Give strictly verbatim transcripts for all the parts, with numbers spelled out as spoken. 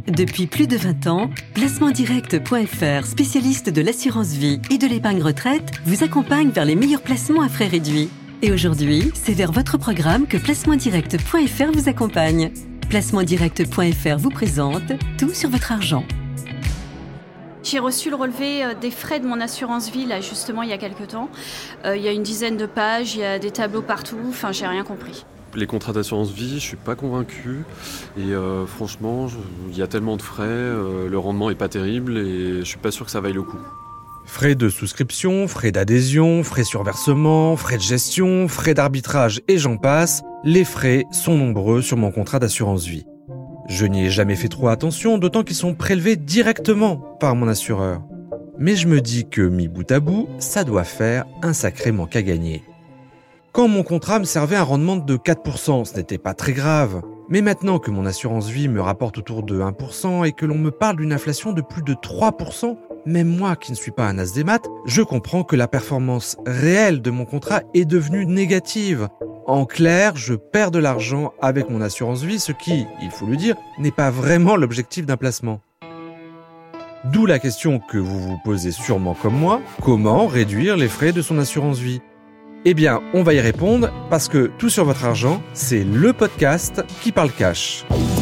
Depuis plus de vingt ans, placement direct point f r, spécialiste de l'assurance vie et de l'épargne retraite, vous accompagne vers les meilleurs placements à frais réduits. Et aujourd'hui, c'est vers votre programme que placement direct point f r vous accompagne. placement direct point f r vous présente tout sur votre argent. J'ai reçu le relevé des frais de mon assurance vie, là, justement, il y a quelques temps. Euh, il y a une dizaine de pages, il y a des tableaux partout, enfin, j'ai rien compris. Les contrats d'assurance vie, je suis pas convaincu. Et euh, franchement, il y a tellement de frais, euh, le rendement est pas terrible et je suis pas sûr que ça vaille le coup. Frais de souscription, frais d'adhésion, frais sur versement, frais de gestion, frais d'arbitrage et j'en passe, les frais sont nombreux sur mon contrat d'assurance vie. Je n'y ai jamais fait trop attention, d'autant qu'ils sont prélevés directement par mon assureur. Mais je me dis que, mis bout à bout, ça doit faire un sacré manque à gagner. Quand mon contrat me servait un rendement de quatre pour cent, ce n'était pas très grave. Mais maintenant que mon assurance vie me rapporte autour de un pour cent et que l'on me parle d'une inflation de plus de trois pour cent, même moi qui ne suis pas un as des maths, je comprends que la performance réelle de mon contrat est devenue négative. En clair, je perds de l'argent avec mon assurance vie, ce qui, il faut le dire, n'est pas vraiment l'objectif d'un placement. D'où la question que vous vous posez sûrement comme moi, comment réduire les frais de son assurance vie ? Eh bien, on va y répondre parce que Tout sur votre argent, c'est le podcast qui parle cash.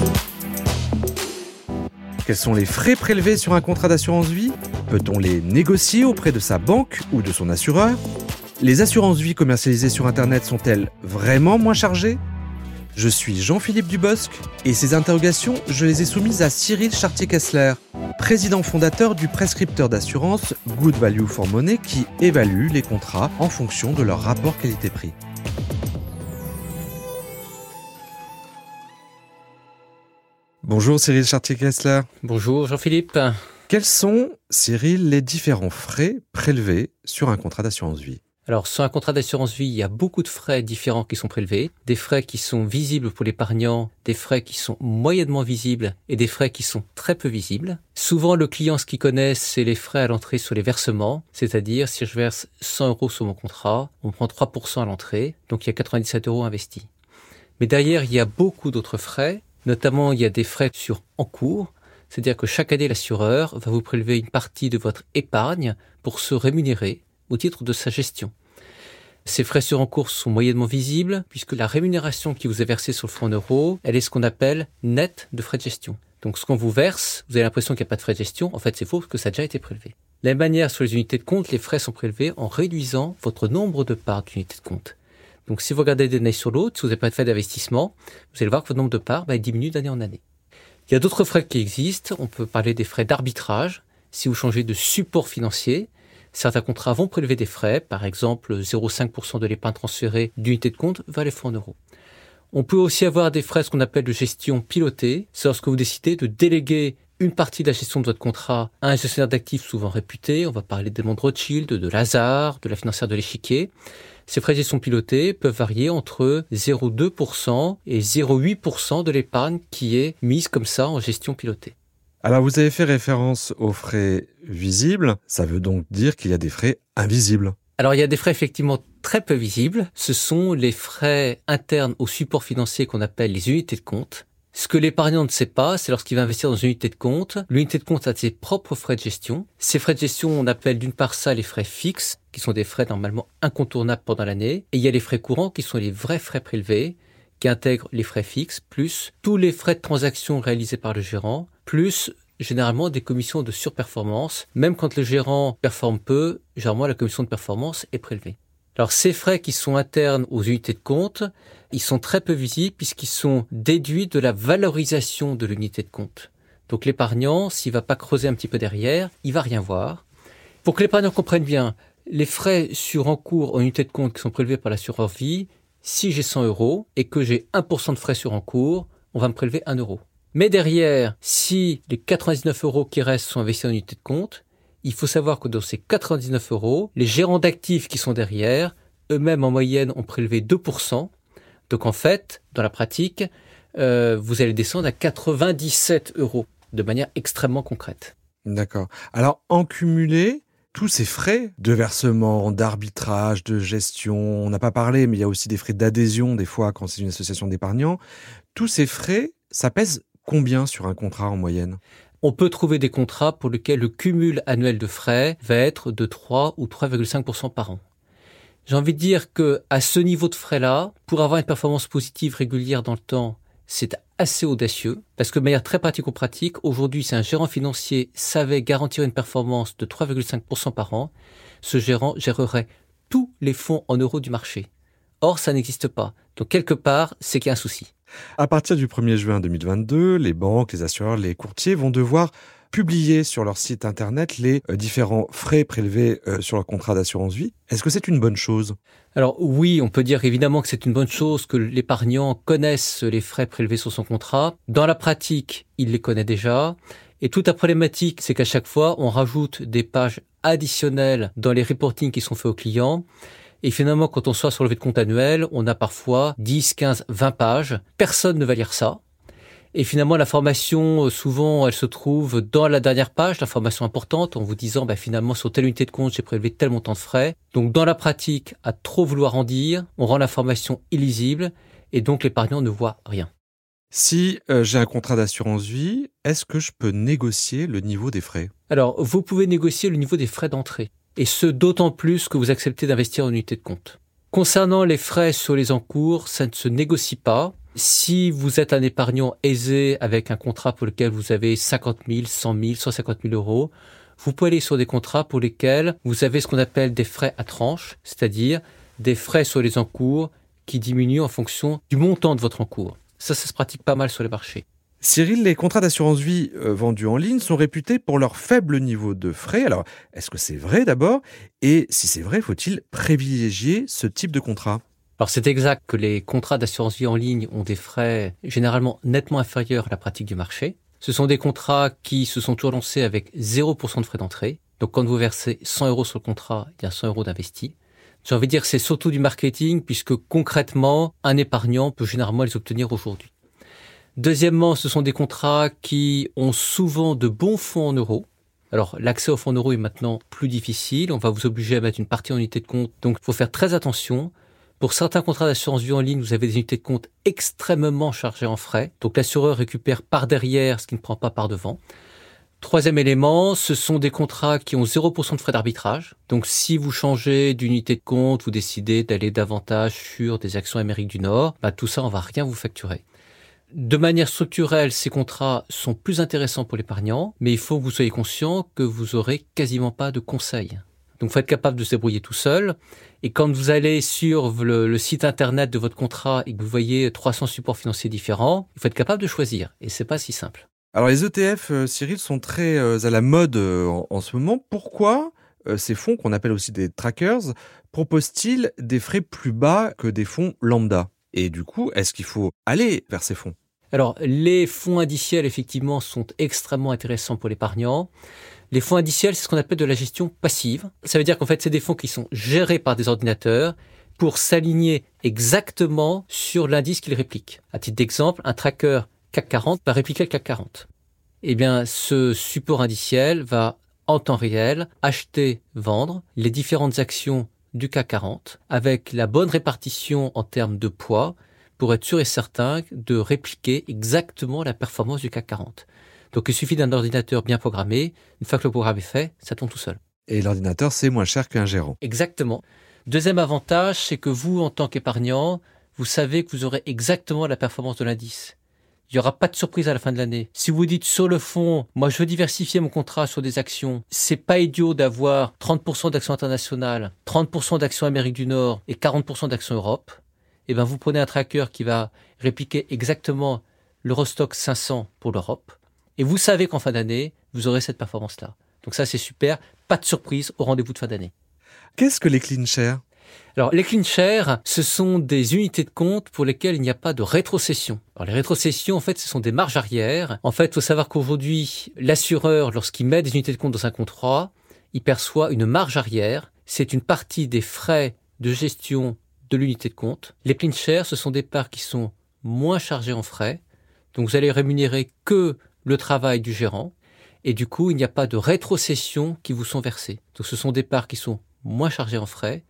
Quels sont les frais prélevés sur un contrat d'assurance vie ? Peut-on les négocier auprès de sa banque ou de son assureur ? Les assurances vie commercialisées sur Internet sont-elles vraiment moins chargées ? Je suis Jean-Philippe Dubosc et ces interrogations, je les ai soumises à Cyril Chartier-Kessler, président fondateur du prescripteur d'assurance Good Value for Money qui évalue les contrats en fonction de leur rapport qualité-prix. Bonjour Cyril Chartier-Kessler. Bonjour Jean-Philippe. Quels sont, Cyril, les différents frais prélevés sur un contrat d'assurance vie ? Alors, sur un contrat d'assurance vie, il y a beaucoup de frais différents qui sont prélevés. Des frais qui sont visibles pour l'épargnant, des frais qui sont moyennement visibles et des frais qui sont très peu visibles. Souvent, le client, ce qu'il connaît, c'est les frais à l'entrée sur les versements. C'est-à-dire, si je verse cent euros sur mon contrat, on prend trois pour cent à l'entrée. Donc, il y a quatre-vingt-dix-sept euros investis. Mais derrière, il y a beaucoup d'autres frais. Notamment, il y a des frais sur encours. C'est-à-dire que chaque année, l'assureur va vous prélever une partie de votre épargne pour se rémunérer au titre de sa gestion. Ces frais sur encours sont moyennement visibles puisque la rémunération qui vous est versée sur le fonds en euros, elle est ce qu'on appelle net de frais de gestion. Donc ce qu'on vous verse, vous avez l'impression qu'il n'y a pas de frais de gestion, en fait c'est faux parce que ça a déjà été prélevé. De la même manière, sur les unités de compte, les frais sont prélevés en réduisant votre nombre de parts d'unités de compte. Donc si vous regardez d'une année sur l'autre, si vous n'avez pas fait d'investissement, vous allez voir que votre nombre de parts bah, diminue d'année en année. Il y a d'autres frais qui existent, on peut parler des frais d'arbitrage. Si vous changez de support financier, certains contrats vont prélever des frais, par exemple zéro virgule cinq pour cent de l'épargne transférée d'unité de compte vers les fonds en euros. On peut aussi avoir des frais, ce qu'on appelle de gestion pilotée. C'est lorsque vous décidez de déléguer une partie de la gestion de votre contrat à un gestionnaire d'actifs souvent réputé. On va parler des mondes Rothschild, de Lazare, de la financière de l'échiquier. Ces frais de gestion pilotée peuvent varier entre zéro virgule deux pour cent et zéro virgule huit pour cent de l'épargne qui est mise comme ça en gestion pilotée. Alors, vous avez fait référence aux frais visibles. Ça veut donc dire qu'il y a des frais invisibles. Alors, il y a des frais effectivement très peu visibles. Ce sont les frais internes au support financier qu'on appelle les unités de compte. Ce que l'épargnant ne sait pas, c'est lorsqu'il va investir dans une unité de compte. L'unité de compte a ses propres frais de gestion. Ces frais de gestion, on appelle d'une part ça les frais fixes, qui sont des frais normalement incontournables pendant l'année. Et il y a les frais courants, qui sont les vrais frais prélevés, qui intègrent les frais fixes, plus tous les frais de transaction réalisés par le gérant, plus généralement des commissions de surperformance. Même quand le gérant performe peu, généralement la commission de performance est prélevée. Alors ces frais qui sont internes aux unités de compte, ils sont très peu visibles puisqu'ils sont déduits de la valorisation de l'unité de compte. Donc l'épargnant, s'il va pas creuser un petit peu derrière, il va rien voir. Pour que l'épargnant comprenne bien, les frais sur encours en unité de compte qui sont prélevés par l'assureur vie, si j'ai cent euros et que j'ai un pour cent de frais sur encours, on va me prélever un euro. Mais derrière, si les quatre-vingt-dix-neuf euros qui restent sont investis en unité de compte, il faut savoir que dans ces quatre-vingt-dix-neuf euros, les gérants d'actifs qui sont derrière, eux-mêmes en moyenne ont prélevé deux pour cent. Donc en fait, dans la pratique, euh, vous allez descendre à quatre-vingt-dix-sept euros de manière extrêmement concrète. D'accord. Alors en cumulé, tous ces frais de versement, d'arbitrage, de gestion, on n'a pas parlé, mais il y a aussi des frais d'adhésion des fois quand c'est une association d'épargnants, tous ces frais, ça pèse combien sur un contrat en moyenne ? On peut trouver des contrats pour lesquels le cumul annuel de frais va être de trois ou trois virgule cinq pour cent par an. J'ai envie de dire que à ce niveau de frais-là, pour avoir une performance positive régulière dans le temps, c'est assez audacieux, parce que de manière très pratico-pratique, aujourd'hui, si un gérant financier savait garantir une performance de trois virgule cinq pour cent par an, ce gérant gérerait tous les fonds en euros du marché. Or, ça n'existe pas. Donc, quelque part, c'est qu'il y a un souci. À partir du premier juin deux mille vingt-deux, les banques, les assureurs, les courtiers vont devoir publier sur leur site internet les euh, différents frais prélevés euh, sur leur contrat d'assurance vie. Est-ce que c'est une bonne chose ? Alors oui, on peut dire évidemment que c'est une bonne chose que l'épargnant connaisse les frais prélevés sur son contrat. Dans la pratique, il les connaît déjà. Et toute la problématique, c'est qu'à chaque fois, on rajoute des pages additionnelles dans les reportings qui sont faits aux clients. Et finalement, quand on sort sur le relevé de compte annuel, on a parfois dix, quinze, vingt pages. Personne ne va lire ça. Et finalement, l'information, souvent, elle se trouve dans la dernière page, l'information importante, en vous disant, bah, finalement, sur telle unité de compte, j'ai prélevé tel montant de frais. Donc, dans la pratique, à trop vouloir en dire, on rend l'information illisible et donc l'épargnant ne voit rien. Si euh, j'ai un contrat d'assurance vie, est-ce que je peux négocier le niveau des frais ? Alors, vous pouvez négocier le niveau des frais d'entrée. Et ce, d'autant plus que vous acceptez d'investir en unité de compte. Concernant les frais sur les encours, ça ne se négocie pas. Si vous êtes un épargnant aisé avec un contrat pour lequel vous avez cinquante mille, cent mille, cent cinquante mille euros, vous pouvez aller sur des contrats pour lesquels vous avez ce qu'on appelle des frais à tranche, c'est-à-dire des frais sur les encours qui diminuent en fonction du montant de votre encours. Ça, ça se pratique pas mal sur les marchés. Cyril, les contrats d'assurance vie euh, vendus en ligne sont réputés pour leur faible niveau de frais. Alors, est-ce que c'est vrai d'abord ? Et si c'est vrai, faut-il privilégier ce type de contrat ? Alors c'est exact que les contrats d'assurance vie en ligne ont des frais généralement nettement inférieurs à la pratique du marché. Ce sont des contrats qui se sont toujours lancés avec zéro pour cent de frais d'entrée. Donc quand vous versez cent euros sur le contrat, il y a cent euros d'investis. J'ai envie de dire que c'est surtout du marketing puisque concrètement, un épargnant peut généralement les obtenir aujourd'hui. Deuxièmement, ce sont des contrats qui ont souvent de bons fonds en euros. Alors, l'accès aux fonds en euros est maintenant plus difficile. On va vous obliger à mettre une partie en unité de compte. Donc, il faut faire très attention. Pour certains contrats d'assurance vie en ligne, vous avez des unités de compte extrêmement chargées en frais. Donc, l'assureur récupère par derrière ce qui ne prend pas par devant. Troisième élément, ce sont des contrats qui ont zéro pour cent de frais d'arbitrage. Donc, si vous changez d'unité de compte, vous décidez d'aller davantage sur des actions Amérique du Nord, bah, tout ça, on va rien vous facturer. De manière structurelle, ces contrats sont plus intéressants pour l'épargnant, mais il faut que vous soyez conscient que vous aurez quasiment pas de conseils. Donc, il faut être capable de se débrouiller tout seul. Et quand vous allez sur le, le site internet de votre contrat et que vous voyez trois cents supports financiers différents, il faut être capable de choisir. Et c'est pas si simple. Alors, les E T F, euh, Cyril, sont très euh, à la mode euh, en, en ce moment. Pourquoi euh, ces fonds, qu'on appelle aussi des trackers, proposent-ils des frais plus bas que des fonds lambda ? Et du coup, est-ce qu'il faut aller vers ces fonds ? Alors, les fonds indiciels, effectivement, sont extrêmement intéressants pour l'épargnant. Les fonds indiciels, c'est ce qu'on appelle de la gestion passive. Ça veut dire qu'en fait, c'est des fonds qui sont gérés par des ordinateurs pour s'aligner exactement sur l'indice qu'ils répliquent. À titre d'exemple, un tracker C A C quarante va répliquer le C A C quarante. Eh bien, ce support indiciel va, en temps réel, acheter, vendre les différentes actions du C A C quarante avec la bonne répartition en termes de poids pour être sûr et certain de répliquer exactement la performance du C A C quarante. Donc, il suffit d'un ordinateur bien programmé. Une fois que le programme est fait, ça tourne tout seul. Et l'ordinateur, c'est moins cher qu'un gérant. Exactement. Deuxième avantage, c'est que vous, en tant qu'épargnant, vous savez que vous aurez exactement la performance de l'indice. Il n'y aura pas de surprise à la fin de l'année. Si vous dites sur le fond, moi je veux diversifier mon contrat sur des actions, c'est pas idiot d'avoir trente pour cent d'actions internationales, trente pour cent d'actions Amérique du Nord et quarante pour cent d'actions Europe, et ben vous prenez un tracker qui va répliquer exactement l'Eurostoxx cinq cents pour l'Europe, et vous savez qu'en fin d'année, vous aurez cette performance-là. Donc ça c'est super, pas de surprise au rendez-vous de fin d'année. Qu'est-ce que les CleanShares ? Alors, les CleanShares, ce sont des unités de compte pour lesquelles il n'y a pas de rétrocession. Alors, les rétrocessions, en fait, ce sont des marges arrière. En fait, il faut savoir qu'aujourd'hui, l'assureur, lorsqu'il met des unités de compte dans un contrat, il perçoit une marge arrière. C'est une partie des frais de gestion de l'unité de compte. Les CleanShares, ce sont des parts qui sont moins chargées en frais. Donc, vous allez rémunérer que le travail du gérant. Et du coup, il n'y a pas de rétrocession qui vous sont versées. Donc, ce sont des parts qui sont moins chargées en frais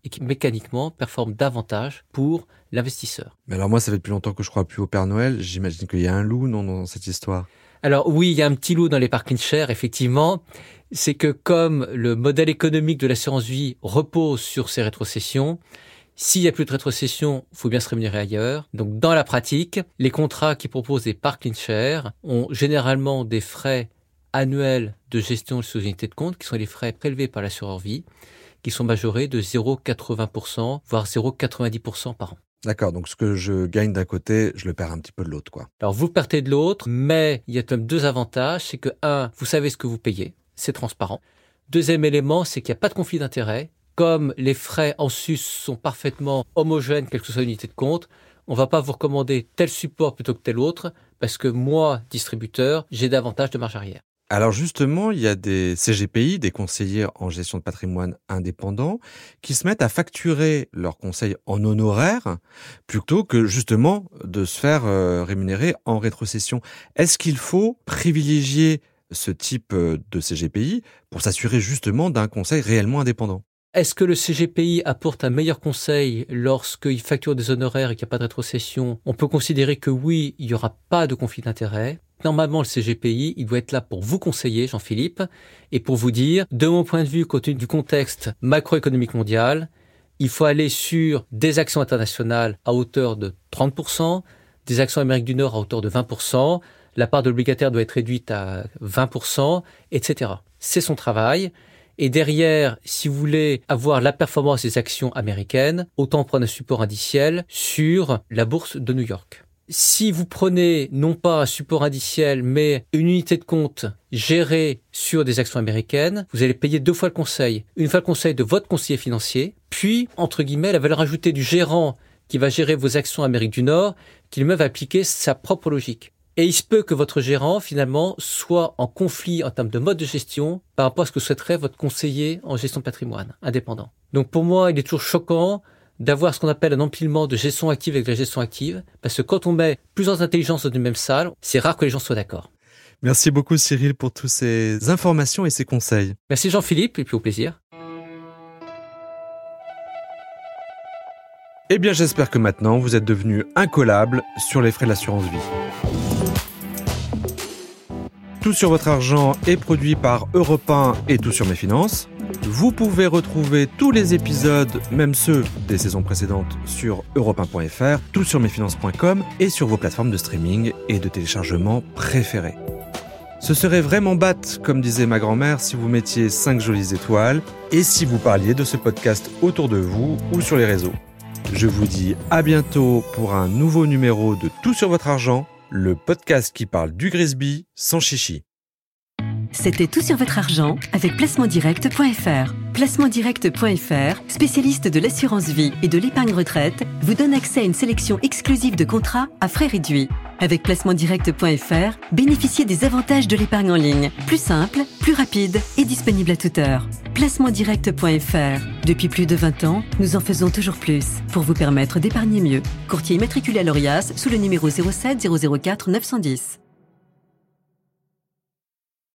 et qui mécaniquement performe davantage pour l'investisseur. Mais alors moi, ça fait depuis longtemps que je crois plus au Père Noël. J'imagine qu'il y a un loup, non, dans cette histoire? Alors oui, il y a un petit loup dans les parking shares, effectivement. C'est que comme le modèle économique de l'assurance vie repose sur ces rétrocessions, s'il n'y a plus de rétrocession, il faut bien se rémunérer ailleurs. Donc dans la pratique, les contrats qui proposent des parking shares ont généralement des frais annuels de gestion sous unité de compte, qui sont les frais prélevés par l'assureur vie, qui sont majorés de zéro virgule quatre-vingts pour cent, voire zéro virgule quatre-vingt-dix pour cent par an. D'accord, donc ce que je gagne d'un côté, je le perds un petit peu de l'autre, quoi. Alors vous le perdez de l'autre, mais il y a quand même deux avantages. C'est que, un, vous savez ce que vous payez, c'est transparent. Deuxième élément, c'est qu'il n'y a pas de conflit d'intérêt. Comme les frais en sus sont parfaitement homogènes, quelle que soit l'unité de compte, on ne va pas vous recommander tel support plutôt que tel autre, parce que moi, distributeur, j'ai davantage de marge arrière. Alors justement, il y a des C G P I, des conseillers en gestion de patrimoine indépendants, qui se mettent à facturer leurs conseils en honoraires plutôt que justement de se faire euh, rémunérer en rétrocession. Est-ce qu'il faut privilégier ce type de C G P I pour s'assurer justement d'un conseil réellement indépendant? Est-ce que le C G P I apporte un meilleur conseil lorsqu'il facture des honoraires et qu'il n'y a pas de rétrocession? On peut considérer que oui, il n'y aura pas de conflit d'intérêt. Normalement, le C G P I, il doit être là pour vous conseiller, Jean-Philippe, et pour vous dire, de mon point de vue, compte tenu du contexte macroéconomique mondial, il faut aller sur des actions internationales à hauteur de trente pour cent, des actions Amérique du Nord à hauteur de vingt pour cent, la part de l'obligataire doit être réduite à vingt pour cent, et cetera. C'est son travail. Et derrière, si vous voulez avoir la performance des actions américaines, autant prendre un support indiciel sur la bourse de New York. Si vous prenez non pas un support indiciel, mais une unité de compte gérée sur des actions américaines, vous allez payer deux fois le conseil. Une fois le conseil de votre conseiller financier, puis, entre guillemets, la valeur ajoutée du gérant qui va gérer vos actions Amérique du Nord, qui lui-même va appliquer sa propre logique. Et il se peut que votre gérant, finalement, soit en conflit en termes de mode de gestion par rapport à ce que souhaiterait votre conseiller en gestion de patrimoine indépendant. Donc pour moi, il est toujours choquant d'avoir ce qu'on appelle un empilement de gestion active avec de la gestion active, parce que quand on met plusieurs intelligences dans une même salle, c'est rare que les gens soient d'accord. Merci beaucoup Cyril pour toutes ces informations et ces conseils. Merci Jean-Philippe, et puis au plaisir. Eh bien, j'espère que maintenant, vous êtes devenu incollable sur les frais de l'assurance vie. Tout sur votre argent est produit par Europe un et Tout sur mes finances. Vous pouvez retrouver tous les épisodes, même ceux des saisons précédentes, sur europe un point f r, tout sur mes finances point com et sur vos plateformes de streaming et de téléchargement préférées. Ce serait vraiment batte, comme disait ma grand-mère, si vous mettiez cinq jolies étoiles et si vous parliez de ce podcast autour de vous ou sur les réseaux. Je vous dis à bientôt pour un nouveau numéro de Tout sur votre argent, le podcast qui parle du Grisby sans chichi. C'était Tout sur votre argent avec placement direct point f r. placement direct point f r, spécialiste de l'assurance vie et de l'épargne retraite, vous donne accès à une sélection exclusive de contrats à frais réduits. Avec placement direct point f r, bénéficiez des avantages de l'épargne en ligne. Plus simple, plus rapide et disponible à toute heure. placement direct point f r. Depuis plus de vingt ans, nous en faisons toujours plus pour vous permettre d'épargner mieux. Courtier immatriculé à l'Orias sous le numéro zéro sept zéro zéro quatre neuf cent dix.